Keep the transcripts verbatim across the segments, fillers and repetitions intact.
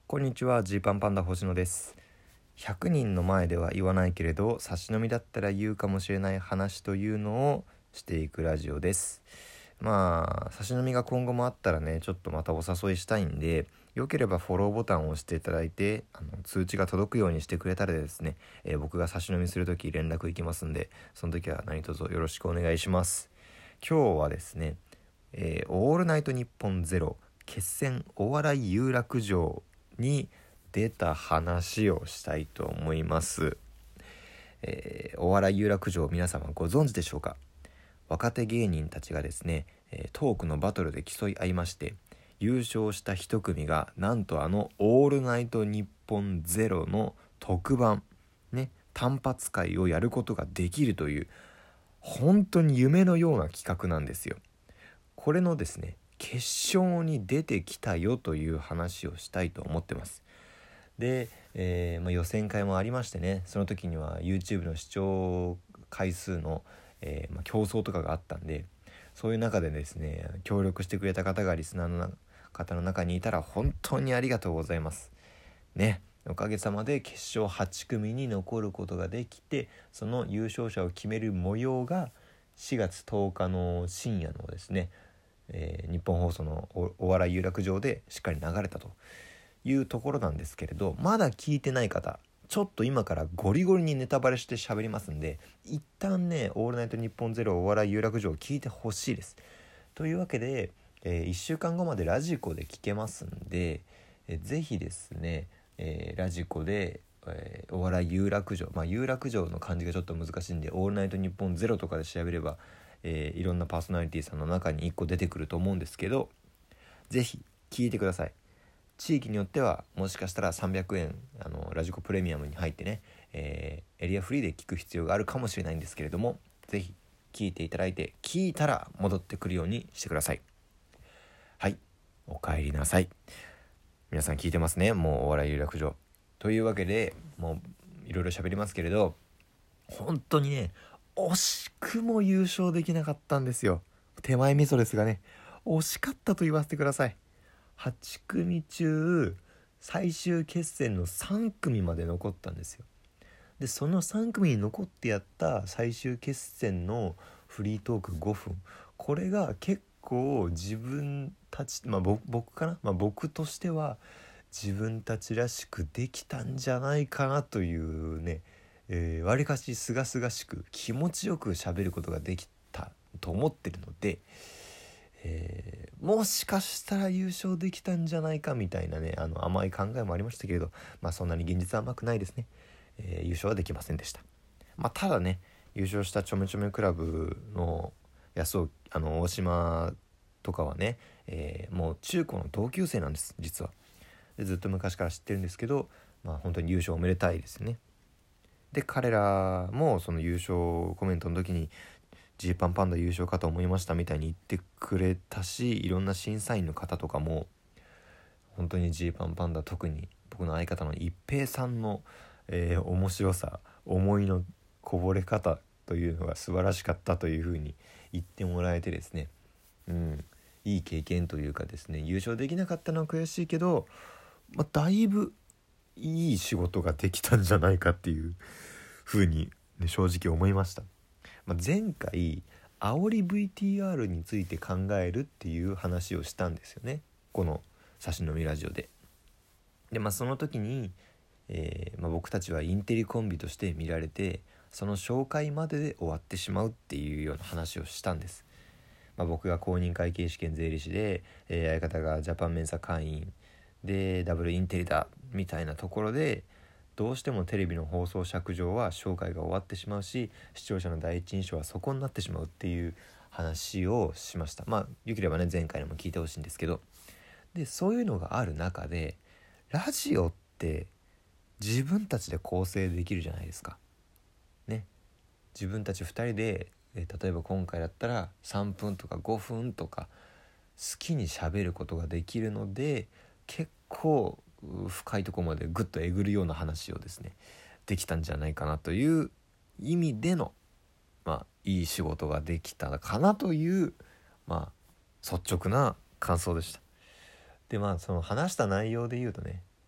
こんにちは、ジーパンパンダ星野です。ひゃくにんの前では言わないけれど差し飲みだったら言うかもしれない話というのをしていくラジオです。まあ差し飲みが今後もあったらね、ちょっとまたお誘いしたいんで、よければフォローボタンを押していただいて、あの通知が届くようにしてくれたらですね、えー、僕が差し飲みするとき連絡いきますんで、その時は何卒よろしくお願いします。今日はですね、えー、オールナイトニッポンゼロ決戦お笑い有楽町に出た話をしたいと思います。えー、お笑い有楽町、皆様ご存知でしょうか。若手芸人たちがですね、えー、トークのバトルで競い合いまして、優勝した一組がなんとあのオールナイトニッポンゼロの特番ね、単発会をやることができるという、本当に夢のような企画なんですよ。これのですね、決勝に出てきたよという話をしたいと思ってます。で、えーまあ、予選会もありましてね、その時には YouTube の視聴回数の、えーまあ、競争とかがあったんで、そういう中でですね、協力してくれた方がリスナーの方の中にいたら本当にありがとうございますね。おかげさまで決勝はち組に残ることができて、その優勝者を決める模様がしがつとおかの深夜のですね、えー、日本放送の お, お笑い有楽町でしっかり流れたというところなんですけれど、まだ聞いてない方、ちょっと今からゴリゴリにネタバレして喋りますんで、一旦ね、オールナイトニッポンゼロお笑い有楽町を聞いてほしいです。というわけで、えー、いっしゅうかんごまでラジコで聞けますんで、えー、ぜひですね、えー、ラジコで、えー、お笑い有楽町、まあ有楽町の漢字がちょっと難しいんで、オールナイトニッポンゼロとかで調べれば、えー、いろんなパーソナリティさんの中にいっこ出てくると思うんですけど、ぜひ聞いてください。地域によってはもしかしたらさんびゃくえん、あのラジコプレミアムに入ってね、えー、エリアフリーで聞く必要があるかもしれないんですけれども、ぜひ聞いていただいて、聞いたら戻ってくるようにしてください。はい、お帰りなさい。皆さん聞いてますね、もうお笑い有楽町というわけで、もういろいろ喋りますけれど、本当にね、惜しくも優勝できなかったんですよ。手前味噌ですがね、惜しかったと言わせてください。はち組中最終決戦のさん組まで残ったんですよ。でそのさん組に残ってやった最終決戦のフリートークごふん、これが結構自分たち、まあ僕、僕かな、まあ、僕としては自分たちらしくできたんじゃないかなというね、えー、わりかしすがすがしく気持ちよく喋ることができたと思ってるので、えー、もしかしたら優勝できたんじゃないかみたいなね、あの甘い考えもありましたけれど、まあそんなに現実は甘くないですね。えー、優勝はできませんでした。まあただね、優勝したちょめちょめクラブの安尾、あの大島とかはね、えー、もう中高の同級生なんです、実は。でずっと昔から知ってるんですけど、まあ本当に優勝おめでたいですよね。で彼らもその優勝コメントの時にジーパンパンダ優勝かと思いましたみたいに言ってくれたし、いろんな審査員の方とかも本当にジーパンパンダ、特に僕の相方の一平さんの、えー、面白さ、思いのこぼれ方というのが素晴らしかったというふうに言ってもらえてですね、うん、いい経験というかですね、優勝できなかったのは悔しいけど、まあ、だいぶいい仕事ができたんじゃないかっていうふうに、ね、正直思いました。まあ、前回煽り ブイティーアール について考えるっていう話をしたんですよね、この差し飲みラジオで。でまあその時に、えーまあ、僕たちはインテリコンビとして見られて、その紹介までで終わってしまうっていうような話をしたんです。まあ、僕が公認会計士兼税理士で、えー、相方がジャパンメンサ会員でダブルインテリだみたいなところで、どうしてもテレビの放送尺上は紹介が終わってしまうし、視聴者の第一印象はそこになってしまうっていう話をしました。まあよければね、前回のも聞いてほしいんですけど、でそういうのがある中で、ラジオって自分たちで構成できるじゃないですかね。自分たちふたりで、え例えば今回だったらさんぷんとかごふんとか好きに喋ることができるので、結構深いところまでグッとえぐるような話をですねできたんじゃないかなという意味での、まあいい仕事ができたかなという、まあ率直な感想でした。でまあその話した内容で言うとね、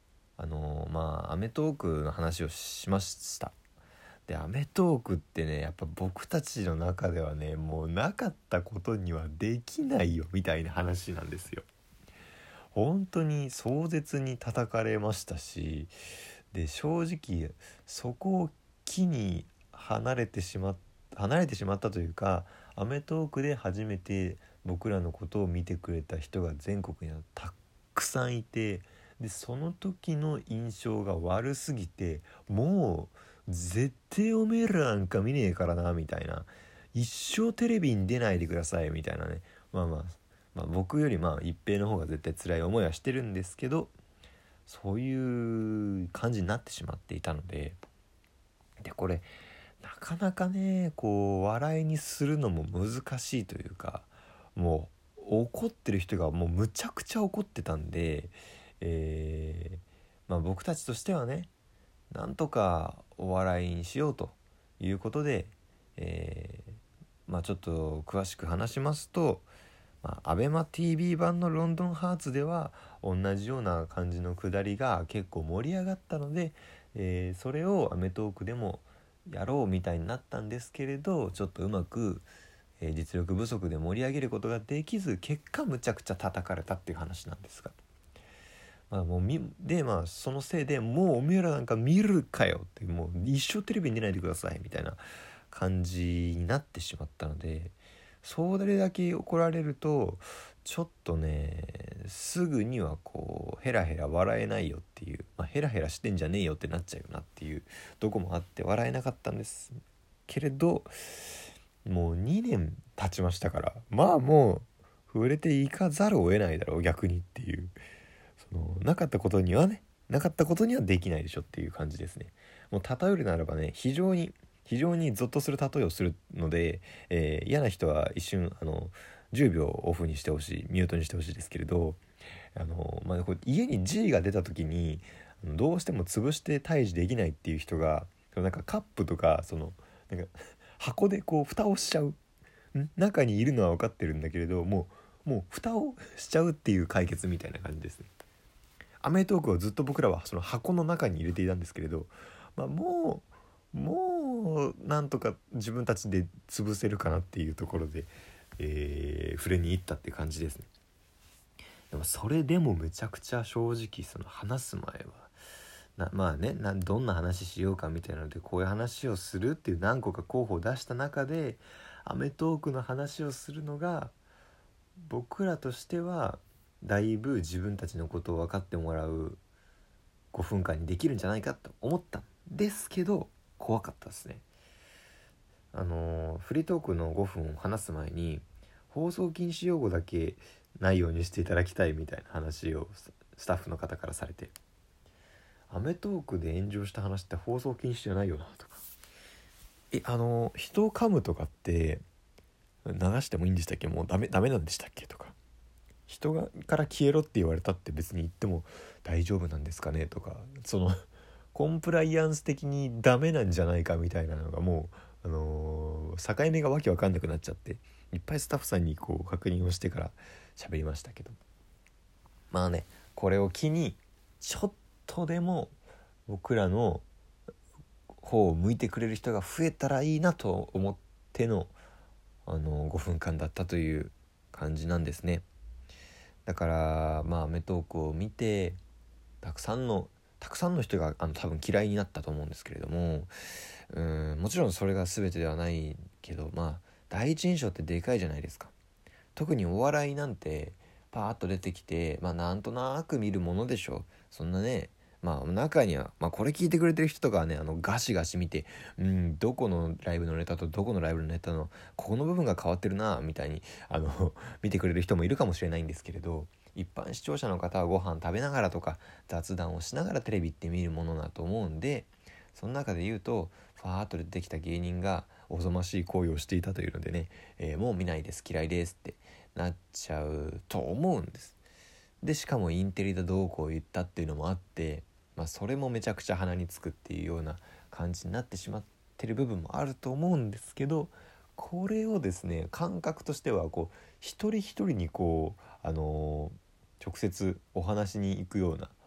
あのまあアメトーークの話をしました。でアメトーークってねやっぱ僕たちの中ではねもうなかったことにはできないよみたいな話なんですよ。本当に壮絶に叩かれましたし、で正直そこを機に離れてしまっ離れてしまったというか、アメトーークで初めて僕らのことを見てくれた人が全国にはたくさんいて、でその時の印象が悪すぎて、もう絶対おめえらなんか見ねえからなみたいな、一生テレビに出ないでくださいみたいなね、まあまあまあ、僕よりまあ一平の方が絶対辛い思いはしてるんですけど、そういう感じになってしまっていたので、でこれなかなかねこう笑いにするのも難しいというか、もう怒ってる人がもうむちゃくちゃ怒ってたんで、えーまあ、僕たちとしてはねなんとかお笑いにしようということで、えーまあ、ちょっと詳しく話しますと、まあ、アベマ ティービー 版のロンドンハーツでは同じような感じのくだりが結構盛り上がったので、えーそれをアメトーークでもやろうみたいになったんですけれど、ちょっとうまく、えー実力不足で盛り上げることができず、結果むちゃくちゃ叩かれたっていう話なんですが、まあもうみでまあそのせいでもうおめえらなんか見るかよって、もう一生テレビに出ないでくださいみたいな感じになってしまったので、それだけ怒られるとちょっとねすぐにはこうヘラヘラ笑えないよっていう、まあ、ヘラヘラしてんじゃねえよってなっちゃうよなっていうとこもあって笑えなかったんですけれど、もうにねん経ちましたから、まあもう触れていかざるを得ないだろう逆にっていう、そのなかったことにはねなかったことにはできないでしょっていう感じですね。もう例えるならばね、非常に非常にゾッとする例えをするので、えー嫌な人は一瞬あのじゅうびょうオフにしてほしい、ミュートにしてほしいですけれど、あの、まあ、これ家に G が出た時にあのどうしても潰して退治できないっていう人が、なんかカップとかそのなんか箱でこう蓋をしちゃう、ん中にいるのは分かってるんだけれど、もうもう蓋をしちゃうっていう解決みたいな感じですね。アメトーークをずっと僕らはその箱の中に入れていたんですけれど、まあ、もうもうなんとか自分たちで潰せるかなっていうところで、えー、触れに行ったって感じですね。でもそれでもめちゃくちゃ正直その話す前はなまあねなどんな話しようかみたいなので、こういう話をするっていう何個か候補を出した中でアメトーークの話をするのが僕らとしてはだいぶ自分たちのことを分かってもらうごふんかんにできるんじゃないかと思ったんですけど、怖かったですね。あのーフリートークのごふんを話す前に放送禁止用語だけないようにしていただきたいみたいな話をスタッフの方からされて、アメトークで炎上した話って放送禁止じゃないよなとか、えあのー人を噛むとかって流してもいいんでしたっけ、もうダメダメなんでしたっけとか、人がから消えろって言われたって別に言っても大丈夫なんですかねとか、そのコンプライアンス的にダメなんじゃないかみたいなのがもう、あのー境目がわけわかんなくなっちゃって、いっぱいスタッフさんにこう確認をしてから喋りましたけど、まあねこれを機にちょっとでも僕らの方を向いてくれる人が増えたらいいなと思っての、あのーごふんかんだったという感じなんですね。だからまあアメトーークを見てたくさんのたくさんの人があの多分嫌いになったと思うんですけれども、うーんもちろんそれが全てではないけど、まあ第一印象ってでかいじゃないですか。特にお笑いなんてパーッと出てきて、まあなんとなく見るものでしょ。そんなね、まあ中には、まあこれ聞いてくれてる人とかはね、あのガシガシ見て、うんどこのライブのネタとどこのライブのネタのここの部分が変わってるなみたいにあの見てくれる人もいるかもしれないんですけれど、一般視聴者の方はご飯食べながらとか雑談をしながらテレビって見るものだと思うんで、その中で言うとファーッと出てきた芸人がおぞましい行為をしていたというのでね、えーもう見ないです嫌いですってなっちゃうと思うんです。でしかもインテリだどうこう言ったっていうのもあって、まあ、それもめちゃくちゃ鼻につくっていうような感じになってしまってる部分もあると思うんですけど、これをですね感覚としてはこう一人一人にこうあのー直接お話に行くような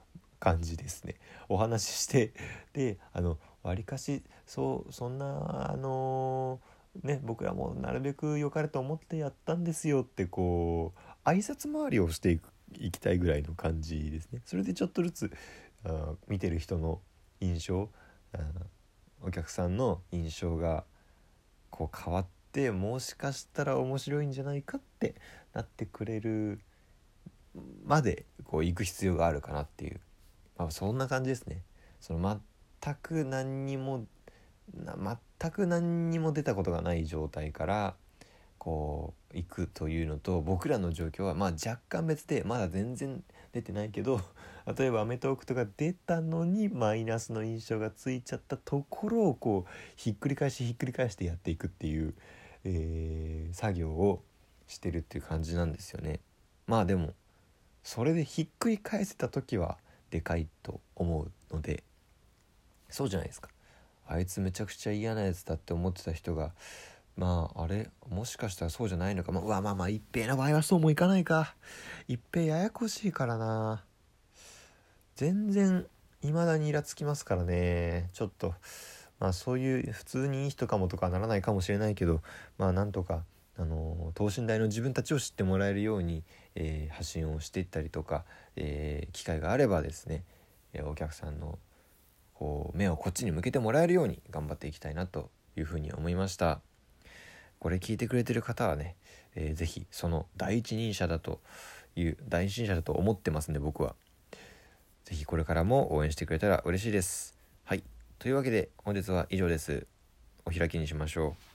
感じですね。お話ししてであのわりかしそうそんなあのね僕らもなるべく良かれと思ってやったんですよってこう挨拶回りをしていくいきたいぐらいの感じですね。それでちょっとずつあ見てる人の印象あお客さんの印象がこう変わってもしかしたら面白いんじゃないかってなってくれるまでこう行く必要があるかなっていう、まあ、そんな感じですね。その全く何にもな全く何にも出たことがない状態からこう行くというのと僕らの状況はまあ若干別でまだ全然出てないけど例えばアメトーークとか出たのにマイナスの印象がついちゃったところをこうひっくり返しひっくり返してやっていくっていう、えー、作業をしてるっていう感じなんですよね。まあでもそれでひっくり返せた時はでかいと思うので、そうじゃないですか。あいつめちゃくちゃ嫌なやつだって思ってた人がまああれもしかしたらそうじゃないのか、まあ、うわまあまあ一平の場合はそうもいかないか。一平ややこしいからな。全然未だにイラつきますからね。ちょっとまあそういう普通にいい人かもとかならないかもしれないけど、まあなんとかあの等身大の自分たちを知ってもらえるように、えー、発信をしていったりとか、えー、機会があればですね、えー、お客さんのこう目をこっちに向けてもらえるように頑張っていきたいなというふうに思いました。これ聞いてくれてる方はね、えー、ぜひその第一人者だという第一人者だと思ってますんで僕はぜひこれからも応援してくれたら嬉しいです。はい、というわけで本日は以上です。お開きにしましょう。